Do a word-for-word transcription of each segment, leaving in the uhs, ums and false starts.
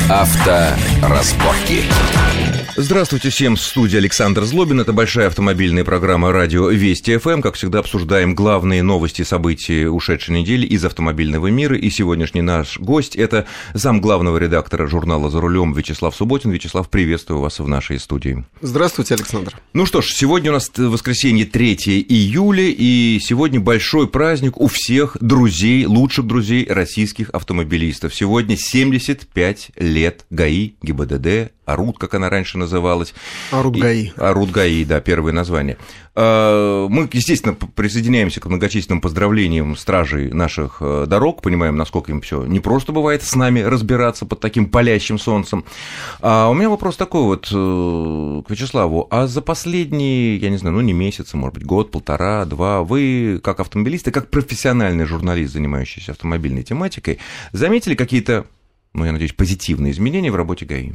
Авторазборки. Здравствуйте всем, в студии Александр Злобин. Это большая автомобильная программа радио Вести эф эм. Как всегда, обсуждаем главные новости и события ушедшей недели из автомобильного мира. И сегодняшний наш гость – это зам главного редактора журнала «За рулем» Вячеслав Субботин. Вячеслав, приветствую вас в нашей студии. Здравствуйте, Александр. Ну что ж, сегодня у нас воскресенье, третьего июля, и сегодня большой праздник у всех друзей, лучших друзей российских автомобилистов. Сегодня семьдесят пять лет ГАИ, ГИБДД, АРУД, как она раньше называлась. АРУД ГАИ. АРУД ГАИ, да, первое название. Мы, естественно, присоединяемся к многочисленным поздравлениям стражей наших дорог, понимаем, насколько им все непросто бывает с нами разбираться под таким палящим солнцем. А у меня вопрос такой вот к Вячеславу. А за последние, я не знаю, ну не месяцы, может быть, год, полтора, два, вы, как автомобилист и как профессиональный журналист, занимающийся автомобильной тематикой, заметили какие-то, ну, я надеюсь, позитивные изменения в работе ГАИ?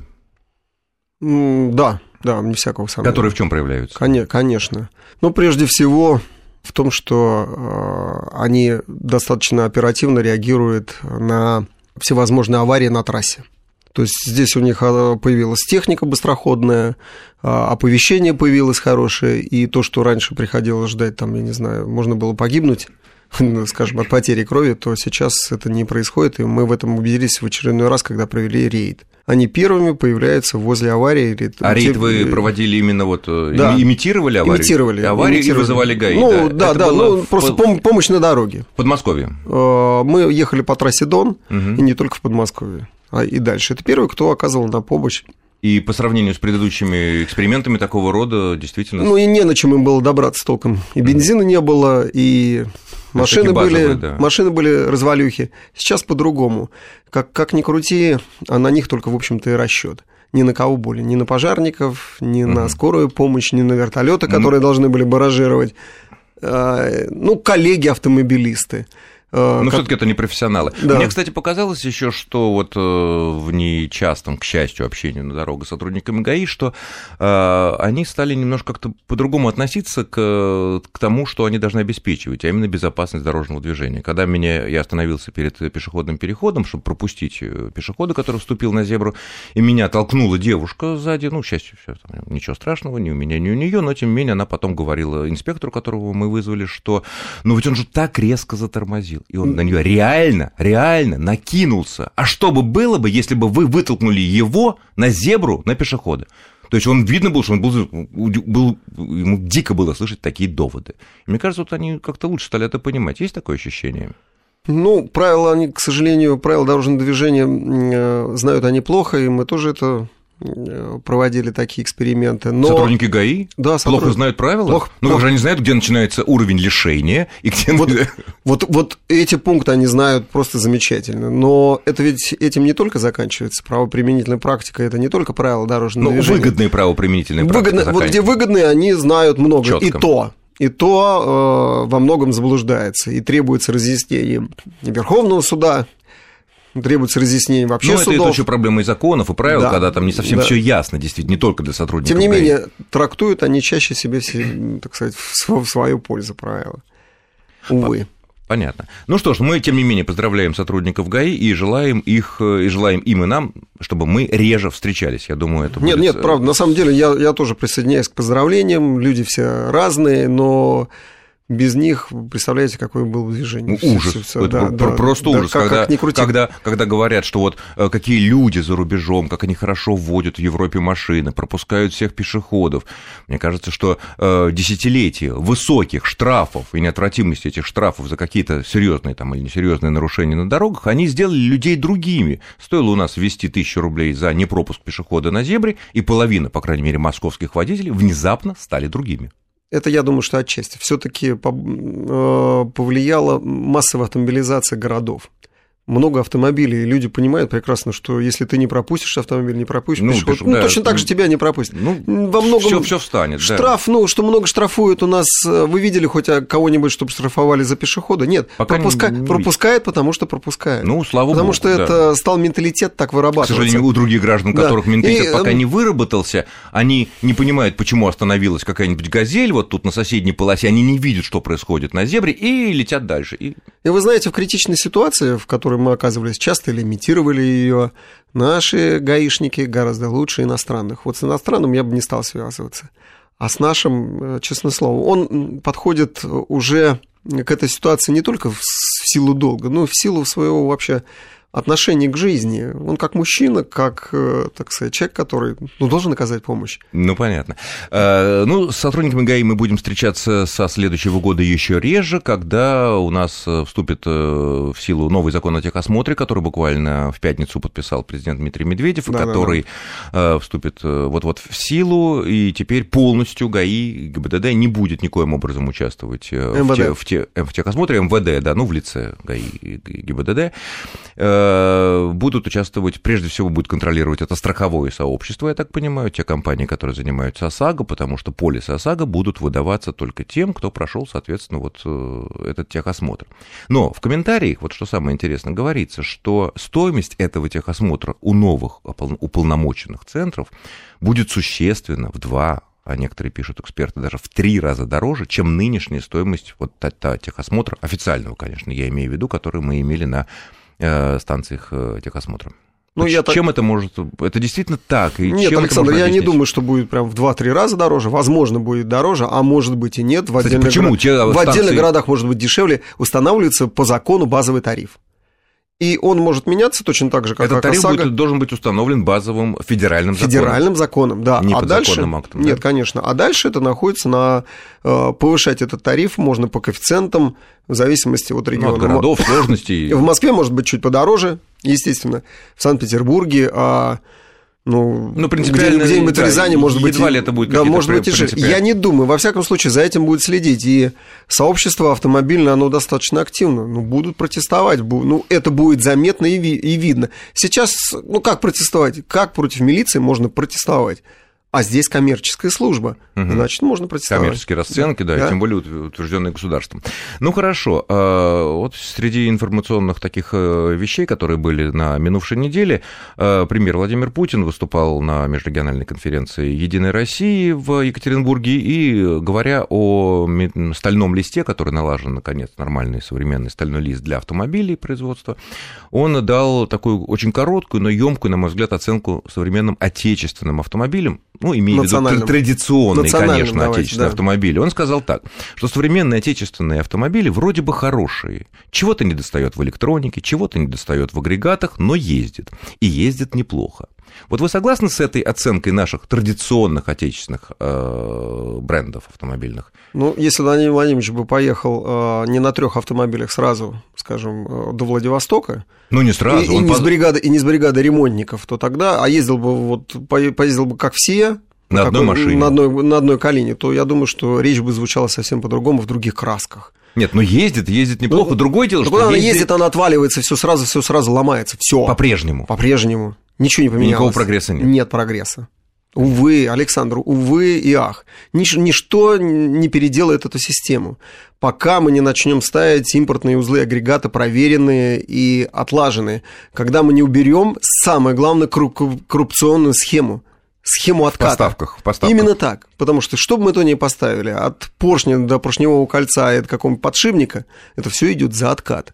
Да, да, не всякого сомнения. Которые в чем проявляются? Конечно. Ну, прежде всего, в том, что э, они достаточно оперативно реагируют на всевозможные аварии на трассе. То есть здесь у них появилась техника быстроходная, оповещение появилось хорошее, и то, что раньше приходилось ждать, там, я не знаю, можно было погибнуть, скажем, от потери крови, то сейчас это не происходит, и мы в этом убедились в очередной раз, когда провели рейд. Они первыми появляются возле аварии. А рейд вы проводили именно вот, да. имитировали аварию? Имитировали. Аварию имитировали. И вызывали ГАИ, ну, да? Да, да, ну, просто по... помощь на дороге. В Подмосковье? Мы ехали по трассе Дон, угу. и не только в Подмосковье, а и дальше. Это первый, кто оказывал нам помощь. И по сравнению с предыдущими экспериментами такого рода, действительно... Ну, и не на чем им было добраться толком. И бензина не было, и машины, базовые, были, да. машины были развалюхи. Сейчас по-другому. Как, как ни крути, а на них только, в общем-то, и расчет. Ни на кого более. Ни на пожарников, ни uh-huh. на скорую помощь, ни на вертолеты, которые uh-huh. должны были баражировать. Ну, коллеги-автомобилисты. Но как... все-таки это не профессионалы. Да. Мне, кстати, показалось еще, что вот в нечастом, к счастью, общении на дорогах с сотрудниками ГАИ, что э, они стали немножко как-то по-другому относиться к, к тому, что они должны обеспечивать, а именно безопасность дорожного движения. Когда меня, я остановился перед пешеходным переходом, чтобы пропустить пешехода, который вступил на зебру, и меня толкнула девушка сзади, ну, к счастью, всё, там, ничего страшного, ни у меня, ни у нее, но, тем не менее, она потом говорила инспектору, которого мы вызвали, что, ну, ведь он же так резко затормозил. И он на нее реально, реально накинулся. А что бы было бы, если бы вы вытолкнули его на зебру, на пешехода? То есть он видно был, что он был, был, ему дико было слышать такие доводы. И мне кажется, вот они как-то лучше стали это понимать. Есть такое ощущение? Ну, правила, они, к сожалению, правила дорожного движения знают они плохо, и мы тоже это... проводили такие эксперименты. Но... Сотрудники ГАИ? Да, сотрудники... Плохо знают правила? Плохо... Ну, как же они знают, где начинается уровень лишения и где... Вот, вот, вот эти пункты они знают просто замечательно. Но это ведь этим не только заканчивается. Правоприменительная практика – это не только правила дорожного но движения. Выгодные правоприменительные практики. Вот где выгодные, они знают много. Чётко. И то... И то э, во многом заблуждается. И требуется разъяснение Верховного суда, требуется разъяснение вообще ну, судов. Ну, это еще проблема и законов, и правил, да, когда там не совсем да. все ясно, действительно, не только для сотрудников. Тем не ГАИ. менее, трактуют они чаще себе, так сказать, в свою пользу правила. Увы. Понятно. Ну что ж, мы, тем не менее, поздравляем сотрудников ГАИ и желаем их, и желаем им и нам, чтобы мы реже встречались. Я думаю, это будет... Нет, нет, правда, на самом деле я, я тоже присоединяюсь к поздравлениям. Люди все разные, но... Без них, представляете, какое было движение? Ну, ужас, все, все, это да, просто да, ужас, как, когда, как когда, когда говорят, что вот какие люди за рубежом, как они хорошо вводят в Европе машины, пропускают всех пешеходов. Мне кажется, что э, десятилетия высоких штрафов и неотвратимости этих штрафов за какие-то серьезные там, или несерьезные нарушения на дорогах, они сделали людей другими. Стоило у нас ввести тысячу рублей за непропуск пешехода на зебре, и половина, по крайней мере, московских водителей внезапно стали другими. Это, я думаю, что отчасти. Все-таки повлияла массовая автомобилизация городов. Много автомобилей, и люди понимают прекрасно, что если ты не пропустишь автомобиль, не пропустишь ну, пешеход, ну, да, точно так же тебя не пропустят. Ну, во многом все, все встанет. Штраф, да. ну, что много штрафуют у нас, вы видели хоть кого-нибудь, чтобы штрафовали за пешехода? Нет, пропуска... не, не пропускает, потому что пропускает. Ну, слава потому богу. Потому что да. это стал менталитет так вырабатываться. К сожалению, у других граждан, у которых да. менталитет и, пока не выработался, они не понимают, почему остановилась какая-нибудь «Газель» вот тут на соседней полосе, они не видят, что происходит на зебре, и летят дальше. И, и вы знаете, в критичной ситуации, в которой которой мы оказывались часто, лимитировали ее. Наши гаишники гораздо лучше иностранных. Вот с иностранным я бы не стал связываться. А с нашим, честное слово, он подходит уже к этой ситуации не только в силу долга, но и в силу своего вообще отношение к жизни. Он как мужчина, как, так сказать, человек, который ну, должен оказать помощь. Ну, понятно. Ну, с сотрудниками ГАИ мы будем встречаться со следующего года еще реже, когда у нас вступит в силу новый закон о техосмотре, который буквально в пятницу подписал президент Дмитрий Медведев, да, который да, да. вступит вот-вот в силу, и теперь полностью ГАИ и ГИБДД не будет никоим образом участвовать в, те, в, те, в техосмотре, МВД, да, ну, в лице ГАИ и ГИБДД, будут участвовать, прежде всего будет контролировать это страховое сообщество, я так понимаю, те компании, которые занимаются ОСАГО, потому что полисы ОСАГО будут выдаваться только тем, кто прошел, соответственно, вот этот техосмотр. Но в комментариях, вот что самое интересное, говорится, что стоимость этого техосмотра у новых уполномоченных центров будет существенно в два, а некоторые пишут, эксперты, даже в три раза дороже, чем нынешняя стоимость вот техосмотра, официального, конечно, я имею в виду, который мы имели на станциях техосмотра. Ну, я Чем так... это может... Это действительно так? И Нет, чем Александр, это я объяснить? Не думаю, что будет прям в два-три раза дороже. Возможно, будет дороже, а может быть и нет. В, Кстати, отдельных, почему? гор... Те в станции... отдельных городах может быть дешевле. Устанавливается по закону базовый тариф. И он может меняться точно так же, как Этот тариф ОСАГО. Будет, должен быть установлен базовым федеральным законом. Федеральным законом, да. Не а подзаконным дальше... актом. Нет, да? конечно. А дальше это находится на... Повышать этот тариф можно по коэффициентам в зависимости от региона. Ну, от городов, сложностей. В Москве может быть чуть подороже, естественно. В Санкт-Петербурге... А... Ну, ну, принципиально, где, где-нибудь да, в Рязани, может быть, едва ли это будет да, может быть, принципиально. Я не думаю, во всяком случае, за этим будет следить. И сообщество автомобильное, оно достаточно активно. Ну, будут протестовать. Ну, это будет заметно и, ви- и видно. Сейчас, ну, как протестовать? Как против милиции можно протестовать? А здесь коммерческая служба, угу. Значит, можно протестовать. Коммерческие расценки, да, да, тем более утвержденные государством. Ну, хорошо, вот среди информационных таких вещей, которые были на минувшей неделе, премьер Владимир Путин выступал на межрегиональной конференции «Единой России» в Екатеринбурге, и, говоря о стальном листе, который налажен, наконец, нормальный современный стальной лист для автомобилей производства, он дал такую очень короткую, но ёмкую, на мой взгляд, оценку современным отечественным автомобилям, ну, имея в виду традиционные, конечно, давайте, отечественные да. автомобили. Он сказал так, что современные отечественные автомобили вроде бы хорошие. Чего-то недостает в электронике, чего-то недостает в агрегатах, но ездит. И ездит неплохо. Вот вы согласны с этой оценкой наших традиционных отечественных э, брендов автомобильных? Ну, если Владимир Владимирович бы поехал э, не на трех автомобилях сразу, скажем, э, до Владивостока, ну, не сразу, и, он и, не поз... с бригады, и не с бригады ремонтников, то тогда, а ездил бы, вот, поездил бы как все, на как, одной машине, на одной, на одной колени, то я думаю, что речь бы звучала совсем по-другому, в других красках. Нет, ну ездит, ездит неплохо. Ну, другое дело, что когда ездит... она ездит, она отваливается, все сразу, все сразу ломается, все. По-прежнему. По-прежнему. Ничего не поменялось. Никакого прогресса нет. Нет прогресса. Увы, Александр, увы и ах. Нич- ничто не переделает эту систему, пока мы не начнем ставить импортные узлы агрегата, проверенные и отлаженные. Когда мы не уберем, самое главное, коррупционную схему. Схему отката. В поставках, в поставках. Именно так. Потому что, что бы мы то ни поставили, от поршня до поршневого кольца и от какого-нибудь подшипника, это все идет за откат.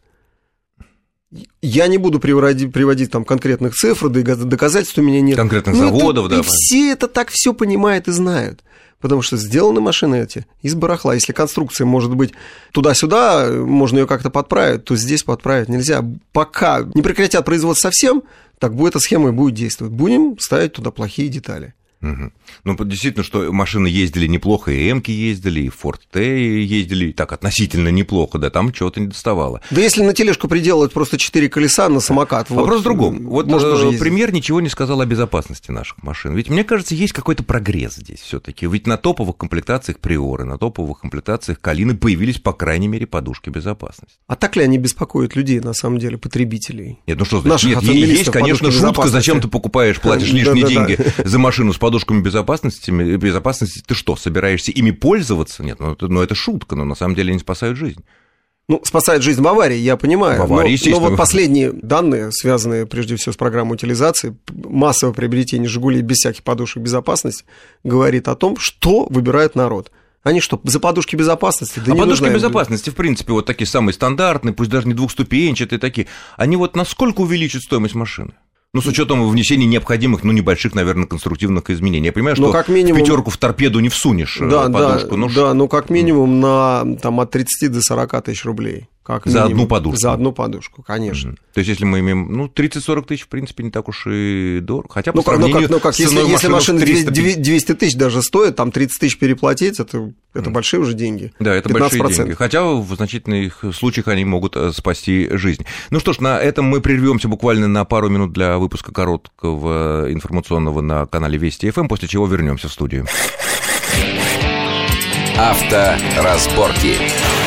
Я не буду приводить, приводить там конкретных цифр, да и доказательств у меня нет. Конкретных ну, заводов, это, да. И все это так все понимают и знают. Потому что сделаны машины эти из барахла. Если конструкция может быть туда-сюда, можно ее как-то подправить, то здесь подправить нельзя. Пока не прекратят производство совсем, так будет эта схема и будет действовать. Будем ставить туда плохие детали. Угу. Ну, действительно, что машины ездили неплохо, и Эмки ездили, и Форд Т ездили, так, относительно неплохо, да, там чего-то не доставало. Да если на тележку приделать просто четыре колеса на самокат... Вопрос вот, в другом. Вот э, премьер ничего не сказал о безопасности наших машин. Ведь, мне кажется, есть какой-то прогресс здесь все-таки. Ведь на топовых комплектациях Приоры, на топовых комплектациях Калины появились, по крайней мере, подушки безопасности. А так ли они беспокоят людей, на самом деле, потребителей? Нет, ну что значит? Нет, есть, конечно, шутка, зачем ты покупаешь, платишь лишние деньги за машину с подушками безопасности, безопасности, ты что, собираешься ими пользоваться? Нет, ну это, ну это шутка, но на самом деле они спасают жизнь. Ну, спасает жизнь в аварии, я понимаю. В аварии, но, естественно. Но вот последние данные, связанные прежде всего с программой утилизации, массовое приобретение «Жигулей» без всяких подушек безопасности, говорит о том, что выбирает народ. Они что, за подушки безопасности? Да а не подушки нужна им... безопасности, в принципе, вот такие самые стандартные, пусть даже не двухступенчатые такие, они вот насколько увеличат стоимость машины? Ну, с учетом внесения необходимых, ну, небольших, наверное, конструктивных изменений. Я понимаю, что ну, как минимум... в пятерку в торпеду не всунешь да, подушку. Да, ну, да, ну, как минимум на там, от тридцати до сорока тысяч рублей. Как за одну подушку? За одну подушку, конечно. Mm-hmm. То есть, если мы имеем, ну, тридцать-сорок тысяч, в принципе, не так уж и дорого. Хотя, по ну, сравнению ну, как, ну, как, с если, ценой если машина двести двести тысяч даже стоит, там тридцать тысяч переплатить, это, это mm-hmm. большие уже деньги. Да, это большие деньги. Хотя в значительных случаях они могут спасти жизнь. Ну что ж, на этом мы прервемся буквально на пару минут для выпуска короткого информационного на канале Вести эф эм, после чего вернемся в студию. Авторазборки.